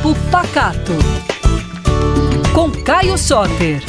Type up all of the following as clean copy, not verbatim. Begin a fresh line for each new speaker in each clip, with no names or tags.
Papo Pacato, com Caio Soter.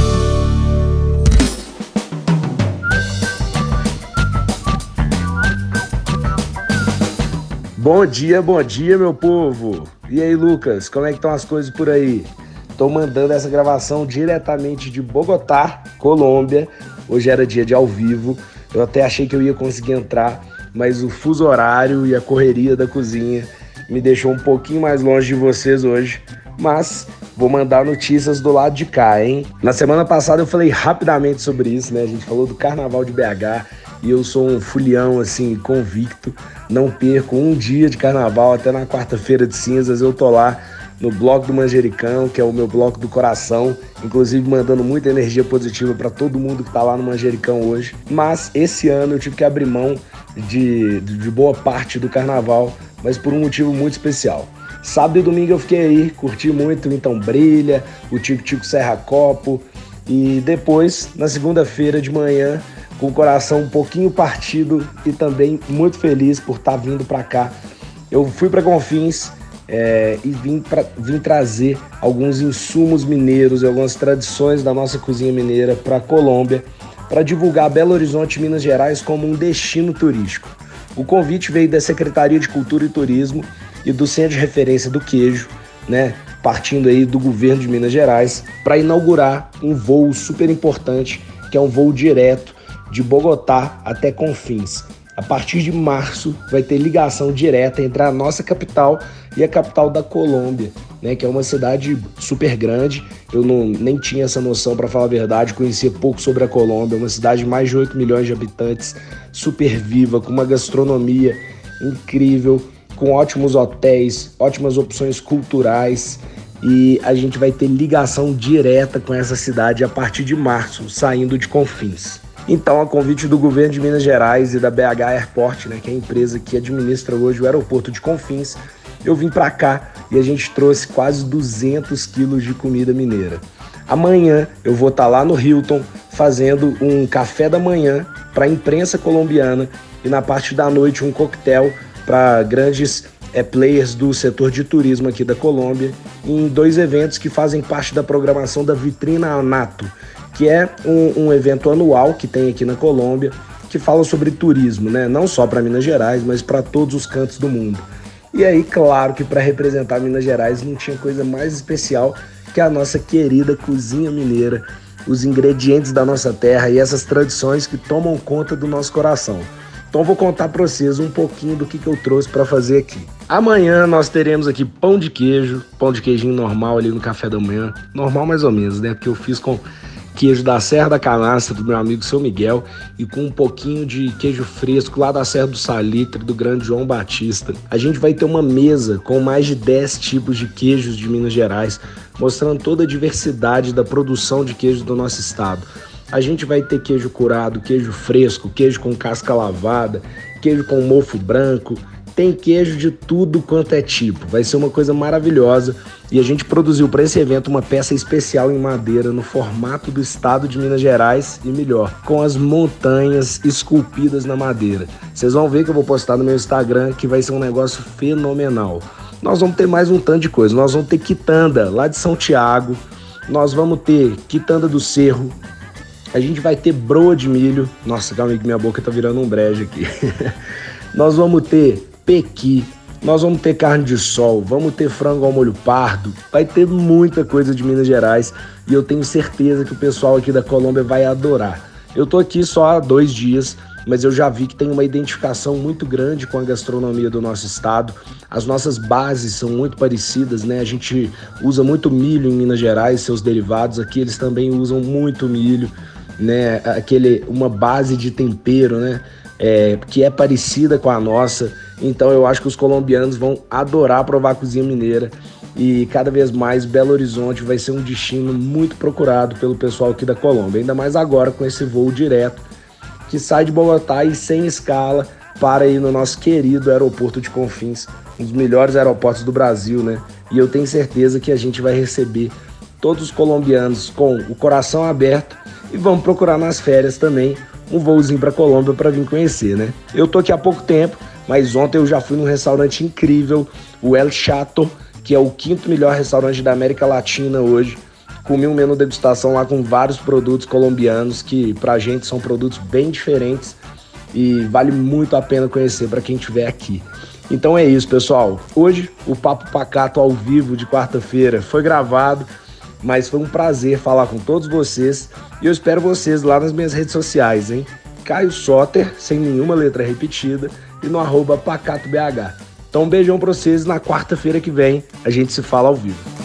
Bom dia, meu povo! E aí, Lucas, como é que estão as coisas por aí? Tô mandando essa gravação diretamente de Bogotá, Colômbia. Hoje era dia de ao vivo. Eu até achei que eu ia conseguir entrar, mas o fuso horário e a correria da cozinha me deixou um pouquinho mais longe de vocês hoje. Mas vou mandar notícias do lado de cá, hein? Na semana passada eu falei rapidamente sobre isso, né? A gente falou do Carnaval de BH e eu sou um fulião, assim, convicto. Não perco um dia de Carnaval, até na quarta-feira de cinzas eu tô lá no Bloco do Manjericão, que é o meu bloco do coração, inclusive mandando muita energia positiva para todo mundo que tá lá no Manjericão hoje. Mas esse ano eu tive que abrir mão de boa parte do Carnaval, mas por um motivo muito especial. Sábado e domingo eu fiquei aí, curti muito o Então Brilha, o Tico Tico Serra Copo, e depois, na segunda-feira de manhã, com o coração um pouquinho partido e também muito feliz por estar vindo para cá, eu fui para Confins, e vim trazer alguns insumos mineiros e algumas tradições da nossa cozinha mineira para a Colômbia, para divulgar Belo Horizonte, Minas Gerais, como um destino turístico. O convite veio da Secretaria de Cultura e Turismo e do Centro de Referência do Queijo, né, partindo aí do governo de Minas Gerais, para inaugurar um voo super importante, que é um voo direto de Bogotá até Confins. A partir de março vai ter ligação direta entre a nossa capital e a capital da Colômbia, né, que é uma cidade super grande. Eu nem tinha essa noção, para falar a verdade, conhecia pouco sobre a Colômbia. É uma cidade de mais de 8 milhões de habitantes, super viva, com uma gastronomia incrível, com ótimos hotéis, ótimas opções culturais, e a gente vai ter ligação direta com essa cidade a partir de março, saindo de Confins. Então, a convite do governo de Minas Gerais e da BH Airport, né, que é a empresa que administra hoje o aeroporto de Confins, eu vim para cá e a gente trouxe quase 200 quilos de comida mineira. Amanhã eu vou estar lá no Hilton fazendo um café da manhã para a imprensa colombiana e na parte da noite um coquetel para grandes players do setor de turismo aqui da Colômbia, em 2 eventos que fazem parte da programação da Vitrina Anato, que é um evento anual que tem aqui na Colômbia, que fala sobre turismo, né? Não só para Minas Gerais, mas para todos os cantos do mundo. E aí, claro que para representar Minas Gerais não tinha coisa mais especial que a nossa querida cozinha mineira, os ingredientes da nossa terra e essas tradições que tomam conta do nosso coração. Então vou contar para vocês um pouquinho do que eu trouxe para fazer aqui. Amanhã nós teremos aqui pão de queijinho normal ali no café da manhã. Normal mais ou menos, né? Porque eu fiz com queijo da Serra da Canastra, do meu amigo Seu Miguel, e com um pouquinho de queijo fresco lá da Serra do Salitre, do grande João Batista. A gente vai ter uma mesa com mais de 10 tipos de queijos de Minas Gerais, mostrando toda a diversidade da produção de queijo do nosso estado. A gente vai ter queijo curado, queijo fresco, queijo com casca lavada, queijo com mofo branco. Tem queijo de tudo quanto é tipo. Vai ser uma coisa maravilhosa. E a gente produziu para esse evento uma peça especial em madeira no formato do estado de Minas Gerais e melhor, com as montanhas esculpidas na madeira. Vocês vão ver que eu vou postar no meu Instagram, que vai ser um negócio fenomenal. Nós vamos ter mais um tanto de coisa. Nós vamos ter quitanda lá de São Tiago. Nós vamos ter quitanda do Cerro. A gente vai ter broa de milho. Nossa, calma aí que minha boca tá virando um brejo aqui. Nós vamos ter pequi. Nós vamos ter carne de sol, vamos ter frango ao molho pardo, vai ter muita coisa de Minas Gerais e eu tenho certeza que o pessoal aqui da Colômbia vai adorar. Eu tô aqui só há 2 dias, mas eu já vi que tem uma identificação muito grande com a gastronomia do nosso estado. As nossas bases são muito parecidas, né? A gente usa muito milho em Minas Gerais, seus derivados, aqui eles também usam muito milho, né? Uma base de tempero, né? Que é parecida com a nossa. Então eu acho que os colombianos vão adorar provar a cozinha mineira e cada vez mais Belo Horizonte vai ser um destino muito procurado pelo pessoal aqui da Colômbia, ainda mais agora com esse voo direto que sai de Bogotá e sem escala para ir no nosso querido aeroporto de Confins, um dos melhores aeroportos do Brasil, né? E eu tenho certeza que a gente vai receber todos os colombianos com o coração aberto e vamos procurar nas férias também um voozinho para Colômbia para vir conhecer, né? Eu tô aqui há pouco tempo, mas ontem eu já fui num restaurante incrível, o El Chato, que é o 5º melhor restaurante da América Latina hoje. Comi um menu degustação lá com vários produtos colombianos que pra gente são produtos bem diferentes e vale muito a pena conhecer para quem estiver aqui. Então é isso, pessoal. Hoje o Papo Pacato ao vivo de quarta-feira foi gravado, mas foi um prazer falar com todos vocês e eu espero vocês lá nas minhas redes sociais, hein? Caio Soter, sem nenhuma letra repetida, e no @PacatoBH. Então um beijão pra vocês, na quarta-feira que vem a gente se fala ao vivo.